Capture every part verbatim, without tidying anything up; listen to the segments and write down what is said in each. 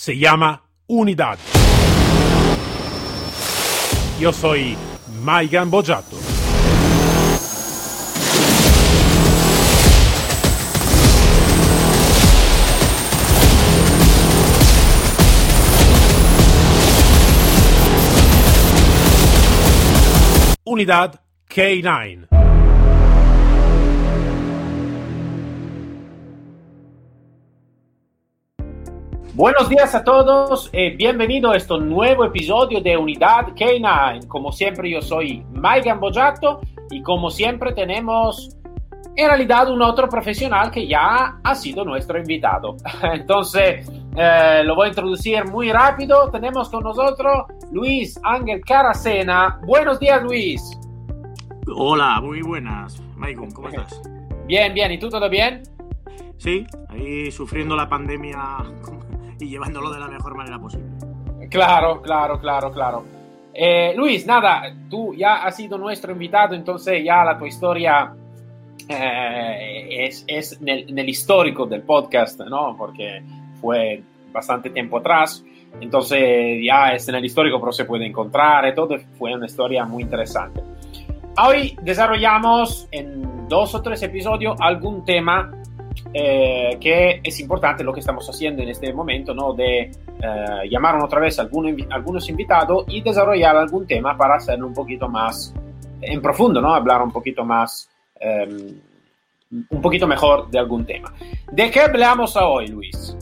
se llama Unidad. Yo soy Maigan Bojato. Unidad K nueve. Buenos días a todos y bienvenido a este nuevo episodio de Unidad K nueve. Como siempre, yo soy Maigan Bojato y como siempre tenemos en realidad un otro profesional que ya ha sido nuestro invitado. Entonces, eh, lo voy a introducir muy rápido. Tenemos con nosotros Luis Ángel Caracena. Buenos días, Luis. Hola, muy buenas. Maigan, ¿cómo estás? Bien, bien. ¿Y tú todo bien? Sí, ahí sufriendo la pandemia y llevándolo de la mejor manera posible. Claro, claro, claro, claro. Eh, Luis, nada, tú ya has sido nuestro invitado, entonces ya la tu historia eh, es, es en, el, en el histórico del podcast, ¿no? Porque fue bastante tiempo atrás, entonces ya es en el histórico, pero se puede encontrar y todo. Fue una historia muy interesante. Hoy desarrollamos en dos o tres episodios algún tema Eh, que es importante lo que estamos haciendo en este momento, ¿no? De eh, llamar otra vez a algún, algunos invitados y desarrollar algún tema para hacerlo un poquito más en profundo, ¿no? Hablar un poquito más, eh, un poquito mejor de algún tema. ¿De qué hablamos hoy, Luis?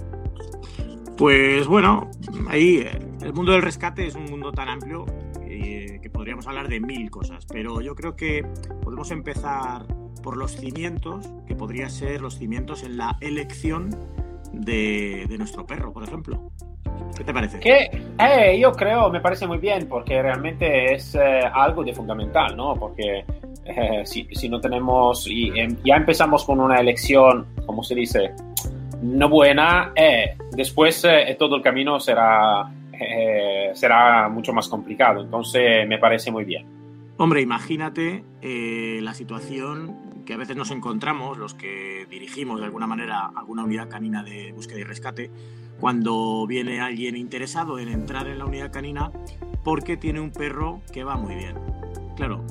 Pues bueno, ahí el mundo del rescate es un mundo tan amplio eh, que podríamos hablar de mil cosas, pero yo creo que podemos empezar por los cimientos, que podrían ser los cimientos en la elección de, de nuestro perro, por ejemplo. ¿Qué te parece? Que, eh, yo creo, me parece muy bien, porque realmente es eh, algo de fundamental, ¿no? Porque eh, si, si no tenemos, y eh, ya empezamos con una elección, como se dice, no buena, eh, después eh, todo el camino será, eh, será mucho más complicado. Entonces me parece muy bien. Hombre, imagínate eh, la situación que a veces nos encontramos, los que dirigimos de alguna manera alguna unidad canina de búsqueda y rescate, cuando viene alguien interesado en entrar en la unidad canina porque tiene un perro que va muy bien. Claro,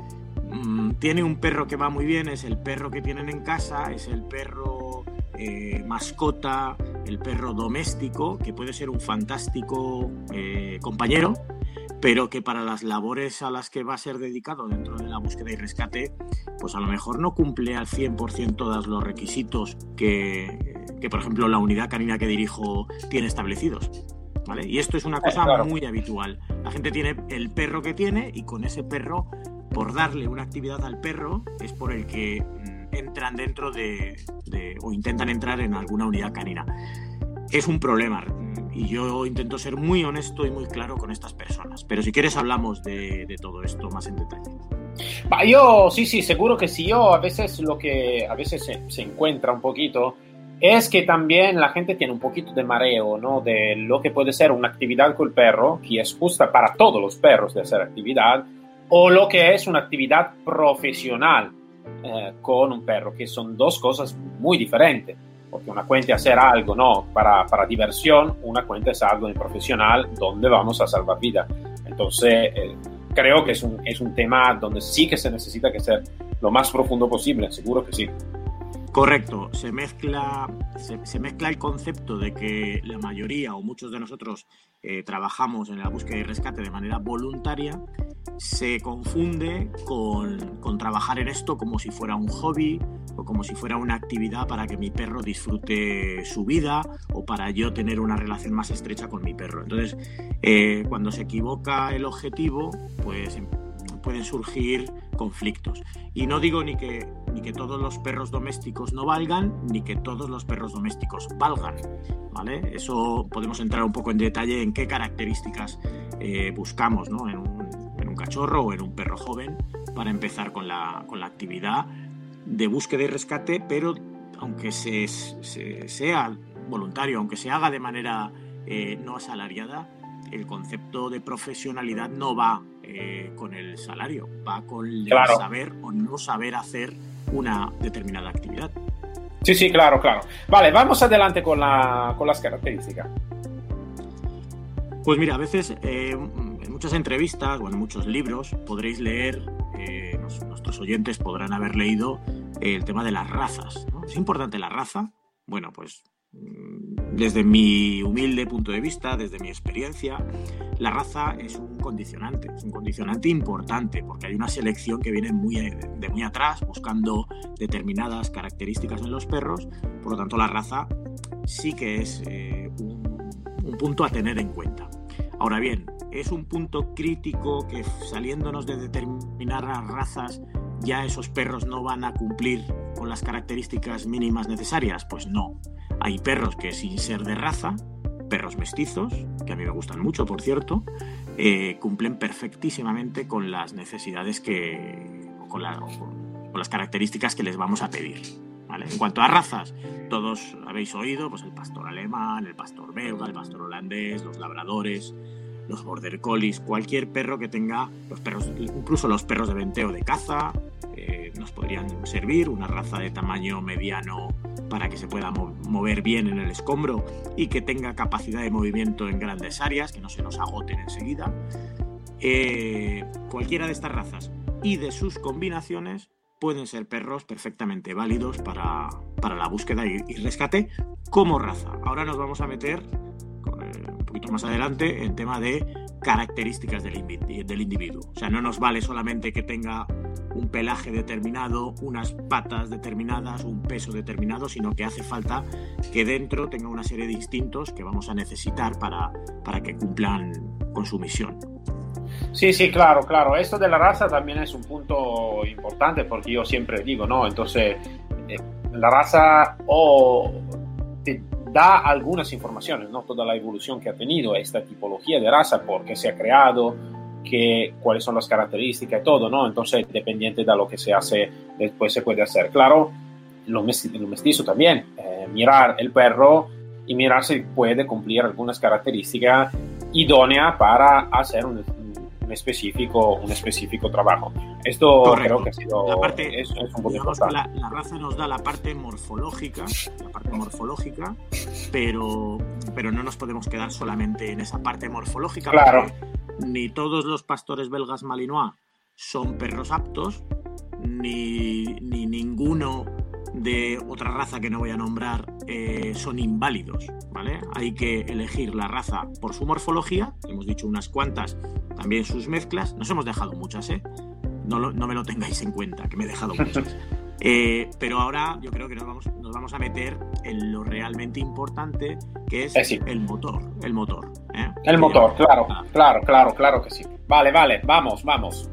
mmm, tiene un perro que va muy bien, es el perro que tienen en casa, es el perro eh, mascota, el perro doméstico, que puede ser un fantástico eh, compañero, pero que para las labores a las que va a ser dedicado dentro de la búsqueda y rescate, pues a lo mejor no cumple al cien por ciento todos los requisitos que, que, por ejemplo, la unidad canina que dirijo tiene establecidos, ¿vale? Y esto es una cosa claro. muy habitual. La gente tiene el perro que tiene y con ese perro, por darle una actividad al perro, es por el que mm, entran dentro de, de o intentan entrar en alguna unidad canina. Es un problema y yo intento ser muy honesto y muy claro con estas personas. Pero si quieres hablamos de, de todo esto más en detalle. Bah, yo sí, sí, seguro que sí. Yo a veces lo que a veces se, se encuentra un poquito es que también la gente tiene un poquito de mareo, ¿no? De lo que puede ser una actividad con el perro, que es justa para todos los perros de hacer actividad, o lo que es una actividad profesional eh, con un perro, que son dos cosas muy diferentes. Porque una cuenta es hacer algo, ¿no? Para, para diversión, una cuenta es algo de profesional donde vamos a salvar vidas. Entonces, eh, creo que es un, es un tema donde sí que se necesita que ser lo más profundo posible, seguro que sí. Correcto, se mezcla, se, se mezcla el concepto de que la mayoría o muchos de nosotros eh, trabajamos en la búsqueda y rescate de manera voluntaria, se confunde con, con trabajar en esto como si fuera un hobby o como si fuera una actividad para que mi perro disfrute su vida o para yo tener una relación más estrecha con mi perro. Entonces, eh, cuando se equivoca el objetivo, pues pueden surgir conflictos. Y no digo ni que, ni que todos los perros domésticos no valgan, ni que todos los perros domésticos valgan, ¿vale? Eso podemos entrar un poco en detalle en qué características eh, buscamos, ¿no? En un, en un cachorro o en un perro joven para empezar con la, con la actividad de búsqueda y rescate, pero aunque se, se, sea voluntario, aunque se haga de manera eh, no asalariada, el concepto de profesionalidad no va eh, con el salario, va con el claro. saber o no saber hacer una determinada actividad. Sí, sí, claro, claro. Vale, vamos adelante con, la, con las características. Pues mira, a veces eh, en muchas entrevistas o en muchos libros podréis leer, eh, los, nuestros oyentes podrán haber leído eh, el tema de las razas, ¿no? ¿Es importante la raza? Bueno, pues desde mi humilde punto de vista, desde mi experiencia, la raza es un condicionante, es un condicionante importante porque hay una selección que viene muy, de muy atrás buscando determinadas características en los perros, por lo tanto la raza sí que es eh, un, un punto a tener en cuenta. Ahora bien, ¿es un punto crítico que saliéndonos de determinadas razas ya esos perros no van a cumplir con las características mínimas necesarias? Pues no. Hay perros que sin ser de raza, perros mestizos, que a mí me gustan mucho, por cierto, eh, cumplen perfectísimamente con las necesidades que, con, la, con las características que les vamos a pedir, ¿vale? En cuanto a razas, todos habéis oído pues el pastor alemán, el pastor belga, el pastor holandés, los labradores, los border collies, cualquier perro que tenga, los perros, incluso los perros de venteo de caza, eh, nos podrían servir, una raza de tamaño mediano para que se pueda mover bien en el escombro y que tenga capacidad de movimiento en grandes áreas, que no se nos agoten enseguida. Eh, cualquiera de estas razas y de sus combinaciones pueden ser perros perfectamente válidos para, para la búsqueda y, y rescate como raza. Ahora nos vamos a meter un poquito más adelante en tema de características del, del individuo. O sea, no nos vale solamente que tenga un pelaje determinado, unas patas determinadas, un peso determinado, sino que hace falta que dentro tenga una serie de instintos que vamos a necesitar para, para que cumplan con su misión. Sí, sí, claro, claro. Esto de la raza también es un punto importante porque yo siempre digo, ¿no? Entonces, eh, la raza o te da algunas informaciones, ¿no? Toda la evolución que ha tenido esta tipología de raza, por qué se ha creado, que, cuáles son las características y todo, ¿no? Entonces, dependiente de lo que se hace, después se puede hacer. Claro, lo mestizo, lo mestizo también, eh, mirar el perro y mirar si puede cumplir algunas características idóneas para hacer un, un, específico, un específico trabajo. Esto Correcto. Creo que ha sido la parte, es, es un poco digamos que la, la raza nos da la parte morfológica, la parte morfológica, pero, pero no nos podemos quedar solamente en esa parte morfológica. Claro. Ni todos los pastores belgas malinois son perros aptos, ni, ni ninguno de otra raza que no voy a nombrar eh, son inválidos, ¿vale? Hay que elegir la raza por su morfología, hemos dicho unas cuantas, también sus mezclas, nos hemos dejado muchas, ¿eh? No, lo, no me lo tengáis en cuenta, que me he dejado muchas. Eh, pero ahora yo creo que nos vamos, nos vamos a meter en lo realmente importante, que es eh, sí. el motor, el motor. ¿eh? El motor, claro, claro, claro, claro que sí. Vale, vale, vamos, vamos.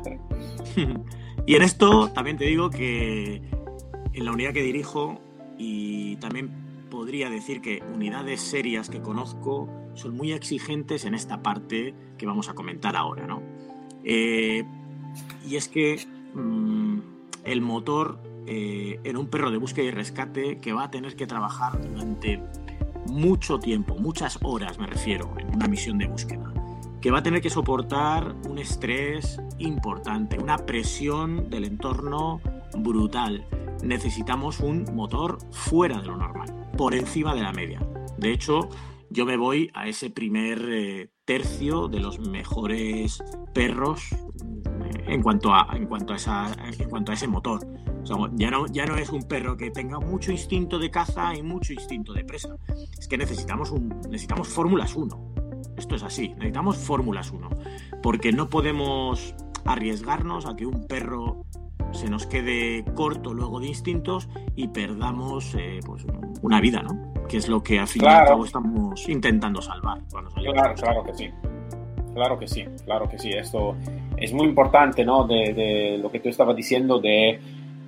Y en esto también te digo que en la unidad que dirijo, y también podría decir que unidades serias que conozco, son muy exigentes en esta parte que vamos a comentar ahora, ¿no? Eh, y es que mmm, el motor eh, en un perro de búsqueda y rescate que va a tener que trabajar durante mucho tiempo, muchas horas me refiero, en una misión de búsqueda, que va a tener que soportar un estrés importante, una presión del entorno brutal. Necesitamos un motor fuera de lo normal, por encima de la media. De hecho, yo me voy a ese primer eh, tercio de los mejores perros eh, en cuanto a en cuanto a esa en cuanto a ese motor. O sea, ya no ya no es un perro que tenga mucho instinto de caza y mucho instinto de presa. Es que necesitamos un necesitamos Fórmulas uno. Esto es así, necesitamos Fórmulas uno, porque no podemos arriesgarnos a que un perro se nos quede corto luego de instintos y perdamos eh, pues una vida, ¿no? Que es lo que al fin y al cabo estamos intentando salvar. Claro, claro que sí. Claro que sí, claro que sí. Esto es muy importante, ¿no? De, de lo que tú estabas diciendo, de,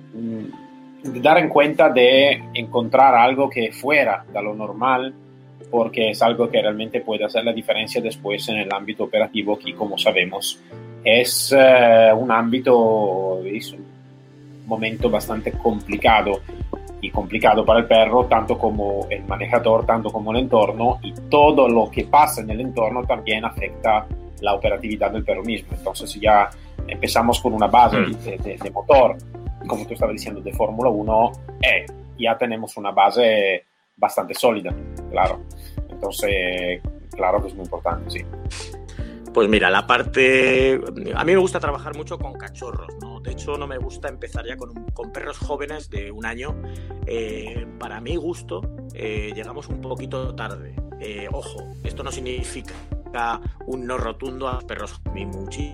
de dar en cuenta de encontrar algo que fuera de lo normal, porque es algo que realmente puede hacer la diferencia después en el ámbito operativo, que como sabemos es uh, un ámbito, es un momento bastante complicado y complicado para el perro, tanto como el manejador, tanto como el entorno, y todo lo que pasa en el entorno también afecta la operatividad del perro mismo. Entonces ya empezamos con una base de, de, de motor, como tú estabas diciendo, de Fórmula uno, eh, ya tenemos una base bastante sólida, claro. Entonces, claro que es muy importante, sí. Pues mira, la parte... A mí me gusta trabajar mucho con cachorros, ¿no? De hecho, no me gusta empezar ya con, con perros jóvenes de un año. Eh, para mi gusto, eh, llegamos un poquito tarde. Eh, ojo, esto no significa un no rotundo a los perros mimuchi.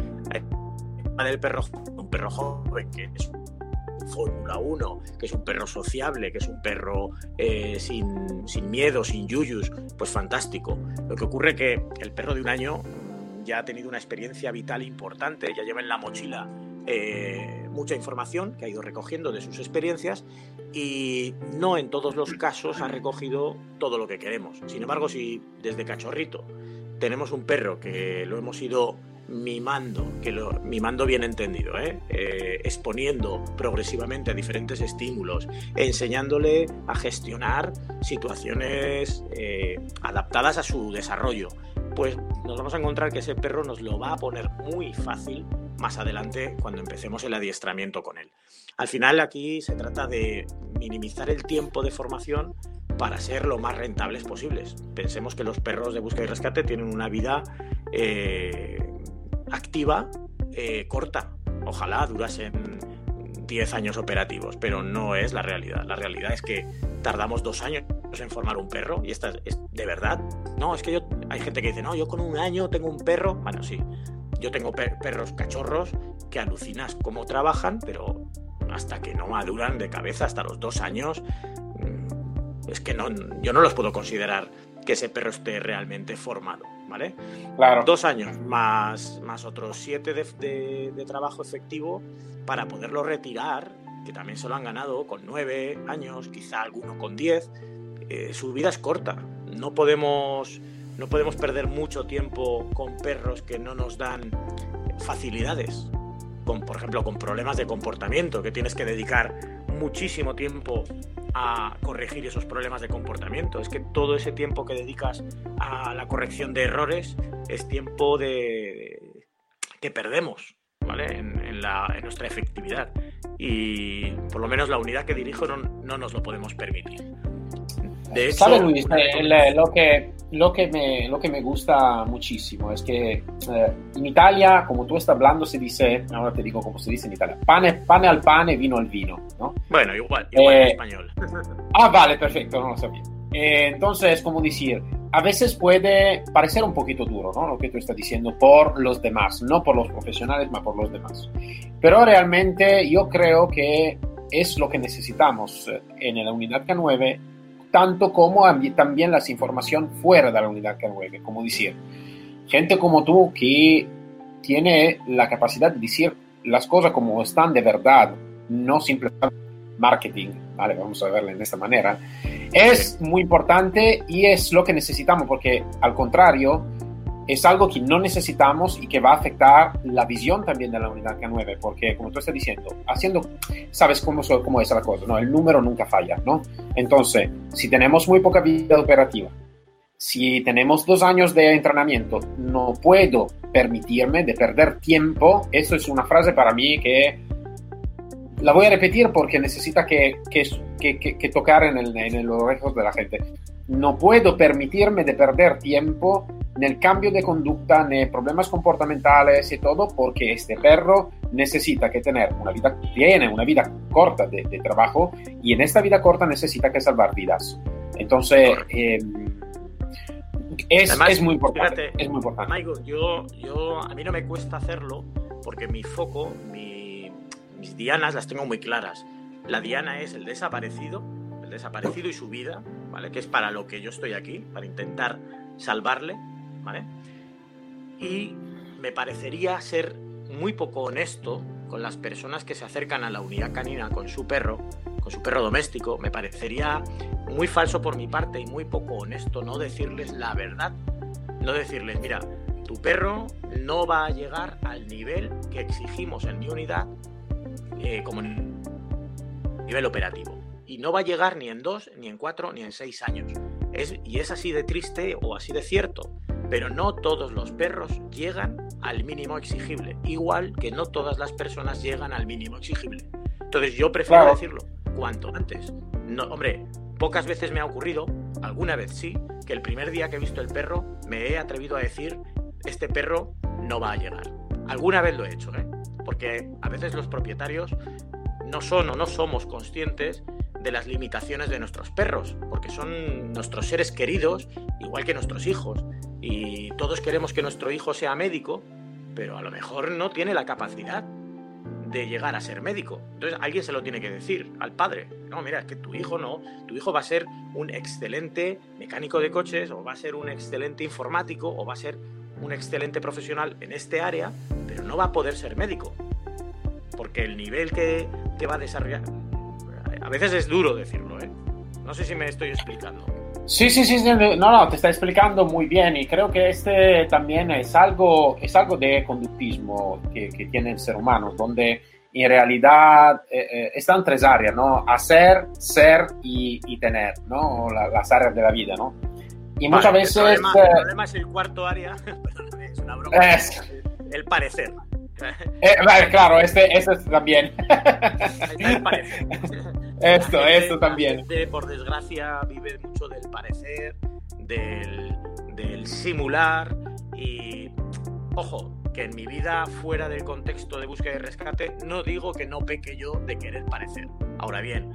Del perro, un perro joven que es Fórmula uno, que es un perro sociable, que es un perro eh, sin, sin miedo, sin yuyus, pues fantástico. Lo que ocurre que el perro de un año ya ha tenido una experiencia vital importante, ya lleva en la mochila eh, mucha información que ha ido recogiendo de sus experiencias y no en todos los casos ha recogido todo lo que queremos. Sin embargo, si desde cachorrito tenemos un perro que lo hemos ido mimando, que lo, mimando bien entendido, ¿eh? Eh, exponiendo progresivamente a diferentes estímulos, enseñándole a gestionar situaciones eh, adaptadas a su desarrollo, pues nos vamos a encontrar que ese perro nos lo va a poner muy fácil más adelante cuando empecemos el adiestramiento con él. Al final aquí se trata de minimizar el tiempo de formación para ser lo más rentables posibles. Pensemos que los perros de búsqueda y rescate tienen una vida eh, activa eh, corta. Ojalá durasen diez años operativos, pero no es la realidad. La realidad es que tardamos dos años en formar un perro y esta es de verdad. No, es que yo hay gente que dice, no, yo con un año tengo un perro. Bueno, sí, yo tengo per- perros cachorros que alucinas cómo trabajan, pero hasta que no maduran de cabeza, hasta los dos años, es que no, yo no los puedo considerar que ese perro esté realmente formado, ¿vale? Claro. Dos años más, más otros siete de, de, de trabajo efectivo para poderlo retirar, que también se lo han ganado con nueve años, quizá alguno con diez. Eh, su vida es corta. No podemos, no podemos perder mucho tiempo con perros que no nos dan facilidades. Con, por ejemplo, con problemas de comportamiento, que tienes que dedicar muchísimo tiempo a corregir esos problemas de comportamiento. Es que todo ese tiempo que dedicas a la corrección de errores es tiempo de, de que perdemos, ¿vale? En, en, la, en nuestra efectividad. Y por lo menos la unidad que dirijo no, no nos lo podemos permitir. De hecho, ¿Sabes, Luis? El, lo, que, lo, que me, lo que me gusta muchísimo es que eh, en Italia, como tú estás hablando, se dice, ahora te digo cómo se dice en Italia, pane, pane al pane, vino al vino, ¿no? Bueno, igual, igual eh, en español. Ah, vale, perfecto, no lo sabía. Eh, entonces, como decir, a veces puede parecer un poquito duro, ¿no? Lo que tú estás diciendo por los demás, no por los profesionales, pero por los demás. Pero realmente yo creo que es lo que necesitamos en la unidad K nueve, tanto como también las informaciones fuera de la unidad K nueve, como decir, gente como tú que tiene la capacidad de decir las cosas como están de verdad, no simplemente marketing, vale, vamos a verlo de esta manera, es muy importante y es lo que necesitamos, porque al contrario, es algo que no necesitamos y que va a afectar la visión también de la unidad K nueve, porque como tú estás diciendo, haciendo, sabes cómo, cómo es la cosa, ¿no? El número nunca falla, ¿no? Entonces, si tenemos muy poca vida operativa, si tenemos dos años de entrenamiento, no puedo permitirme de perder tiempo. Eso es una frase para mí que la voy a repetir porque necesita que, que, que, que, que tocar en, el, en los orejas de la gente. No puedo permitirme de perder tiempo en el cambio de conducta, en problemas comportamentales y todo, porque este perro necesita que tener una vida, tiene una vida corta de, de trabajo, y en esta vida corta necesita que salvar vidas. Entonces, eh, es, Además, es muy importante. Fíjate, es muy importante. Michael, yo, yo, a mí no me cuesta hacerlo porque mi foco, mi, mis dianas las tengo muy claras. La diana es el desaparecido, el desaparecido y su vida, ¿vale? Que es para lo que yo estoy aquí, para intentar salvarle, ¿vale? Y me parecería ser muy poco honesto con las personas que se acercan a la unidad canina con su perro, con su perro doméstico. Me parecería muy falso por mi parte y muy poco honesto no decirles la verdad, no decirles, mira, tu perro no va a llegar al nivel que exigimos en mi unidad eh, como nivel operativo, y no va a llegar ni en dos, ni en cuatro, ni en seis años. Es, y es así de triste o así de cierto, pero no todos los perros llegan al mínimo exigible, igual que no todas las personas llegan al mínimo exigible. Entonces yo prefiero claro. decirlo cuanto antes. No, hombre, pocas veces me ha ocurrido, alguna vez sí, que que el primer día que he visto el perro me he atrevido a decir, este perro no va a llegar. Alguna vez lo he hecho, ¿eh? Porque a veces los propietarios no son o no somos conscientes de las limitaciones de nuestros perros, porque son nuestros seres queridos, igual que nuestros hijos, y todos queremos que nuestro hijo sea médico, pero a lo mejor no tiene la capacidad de llegar a ser médico. Entonces alguien se lo tiene que decir al padre. No, mira, es que tu hijo no, tu hijo va a ser un excelente mecánico de coches, o va a ser un excelente informático, o va a ser un excelente profesional en este área, pero no va a poder ser médico, porque el nivel que, que va a desarrollar, a veces es duro decirlo, ¿eh? No sé si me estoy explicando. Sí, sí, sí, no, no, te está explicando muy bien, y creo que este también es algo, es algo de conductismo que, que tiene el ser humano, donde en realidad eh, eh, están tres áreas, ¿no? Hacer, ser y, y tener, ¿no? La, las áreas de la vida, ¿no? Y vale, muchas veces... El problema, el problema es el cuarto área, perdóname, es una broma, es... el parecer. Eh, vale, claro, este, este también. El parecer. Esto, gente, esto también. Gente, por desgracia, vive mucho del parecer, del, del simular y, ojo, que en mi vida fuera del contexto de búsqueda y rescate no digo que no peque yo de querer parecer. Ahora bien,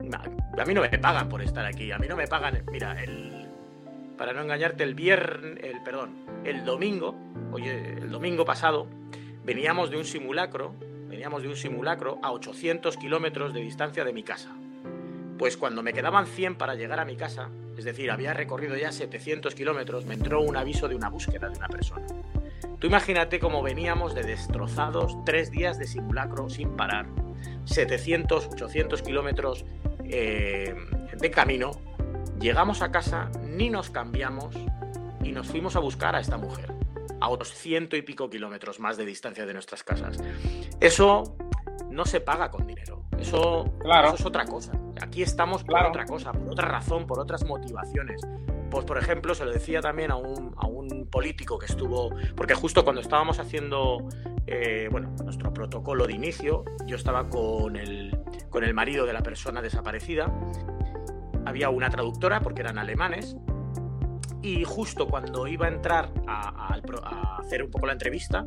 a mí no me pagan por estar aquí, a mí no me pagan, mira, el, para no engañarte, el viernes, el, perdón, el domingo, oye, el domingo pasado, veníamos de un simulacro, veníamos de un simulacro a ochocientos kilómetros de distancia de mi casa. Pues cuando me quedaban cien para llegar a mi casa, es decir, había recorrido ya setecientos kilómetros, me entró un aviso de una búsqueda de una persona. Tú imagínate cómo veníamos de destrozados, tres días de simulacro sin parar, setecientos, ochocientos kilómetros eh, de camino, llegamos a casa, ni nos cambiamos y nos fuimos a buscar a esta mujer, a otros ciento y pico kilómetros más de distancia de nuestras casas. Eso no se paga con dinero, eso, claro. Eso es otra cosa. Aquí estamos por claro. otra cosa, por otra razón, por otras motivaciones. Pues, por ejemplo, se lo decía también a un, a un político que estuvo, porque justo cuando estábamos haciendo eh, bueno, nuestro protocolo de inicio, yo estaba con el, con el marido de la persona desaparecida, había una traductora porque eran alemanes, y justo cuando iba a entrar a, a, a hacer un poco la entrevista,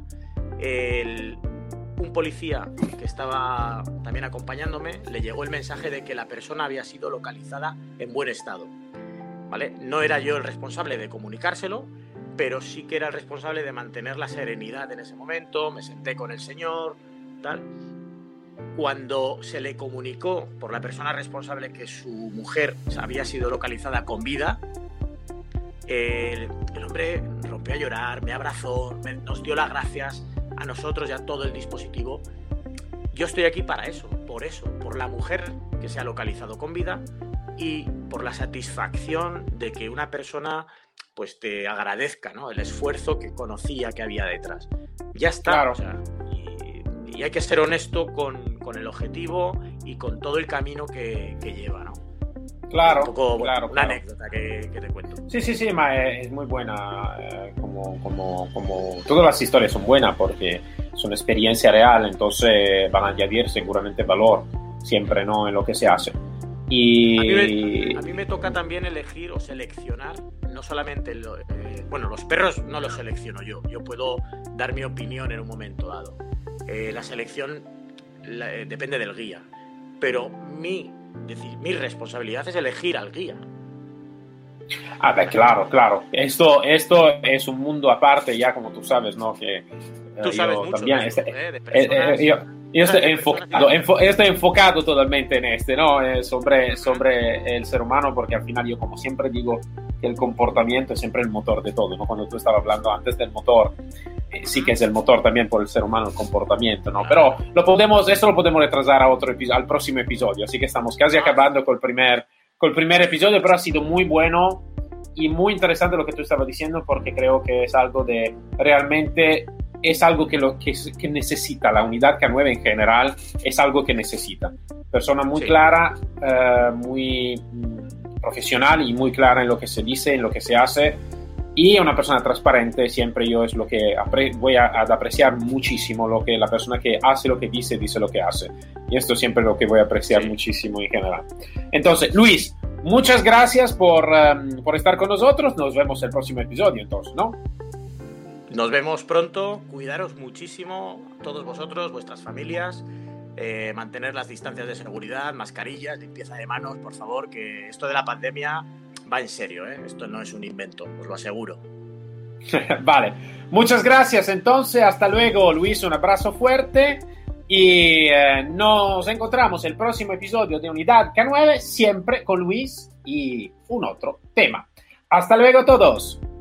el, un policía que estaba también acompañándome le llegó el mensaje de que la persona había sido localizada en buen estado, ¿vale? No era yo el responsable de comunicárselo, pero sí que era el responsable de mantener la serenidad en ese momento. Me senté con el señor, tal. Cuando se le comunicó por la persona responsable que su mujer había sido localizada con vida, El, el hombre rompió a llorar, me abrazó, me, nos dio las gracias a nosotros y a todo el dispositivo. Yo estoy aquí para eso, por eso, por la mujer que se ha localizado con vida y por la satisfacción de que una persona pues te agradezca, ¿no?, el esfuerzo que conocía que había detrás. Ya está, claro. O sea, y, y hay que ser honesto con, con el objetivo y con todo el camino que, que lleva, ¿no? Claro, un poco, claro, una claro. anécdota que, que te cuento. Sí, sí, sí, ma es muy buena, eh, como, como, como todas las historias son buenas porque son experiencia real, entonces van a añadir seguramente valor siempre, ¿no?, en lo que se hace. Y... A mí me, a mí me toca también elegir o seleccionar, no solamente, lo, eh, bueno, los perros no los selecciono yo, yo puedo dar mi opinión en un momento dado. Eh, la selección la, eh, depende del guía, pero mi... Es decir, mi responsabilidad es elegir al guía. Ah, beh, claro, claro. Esto, esto es un mundo aparte, ya como tú sabes, ¿no? Que tú uh, sabes yo mucho también, de, este, eh, de personas. Eh, eh, yo, yo estoy enfocado, enfo, estoy enfocado totalmente en este, ¿no? Eh, sobre, sobre el ser humano, porque al final yo, como siempre digo, que el comportamiento es siempre el motor de todo, ¿no? Cuando tú estabas hablando antes del motor, eh, sí que es el motor también por el ser humano, el comportamiento, ¿no? Pero lo podemos, esto lo podemos retrasar a otro episodio, al próximo episodio, así que estamos casi acabando con el primer, con el primer episodio, pero ha sido muy bueno y muy interesante lo que tú estabas diciendo, porque creo que es algo de realmente... es algo que, lo, que, que necesita la unidad K nueve en general, es algo que necesita. Persona muy sí. clara, eh, muy mm, profesional y muy clara en lo que se dice, en lo que se hace, y una persona transparente. Siempre yo es lo que apre- voy a, a apreciar muchísimo, lo que la persona que hace lo que dice, dice lo que hace. Y esto siempre es lo que voy a apreciar sí. muchísimo en general. Entonces, Luis, muchas gracias por, um, por estar con nosotros. Nos vemos el próximo episodio, entonces, ¿no? Nos vemos pronto. Cuidaros muchísimo, todos vosotros, vuestras familias. Eh, mantener las distancias de seguridad, mascarillas, limpieza de manos, por favor, que esto de la pandemia va en serio, ¿eh? Esto no es un invento, os lo aseguro. Vale, muchas gracias entonces, hasta luego Luis, un abrazo fuerte y eh, nos encontramos el próximo episodio de Unidad K nueve, siempre con Luis y un otro tema. Hasta luego todos.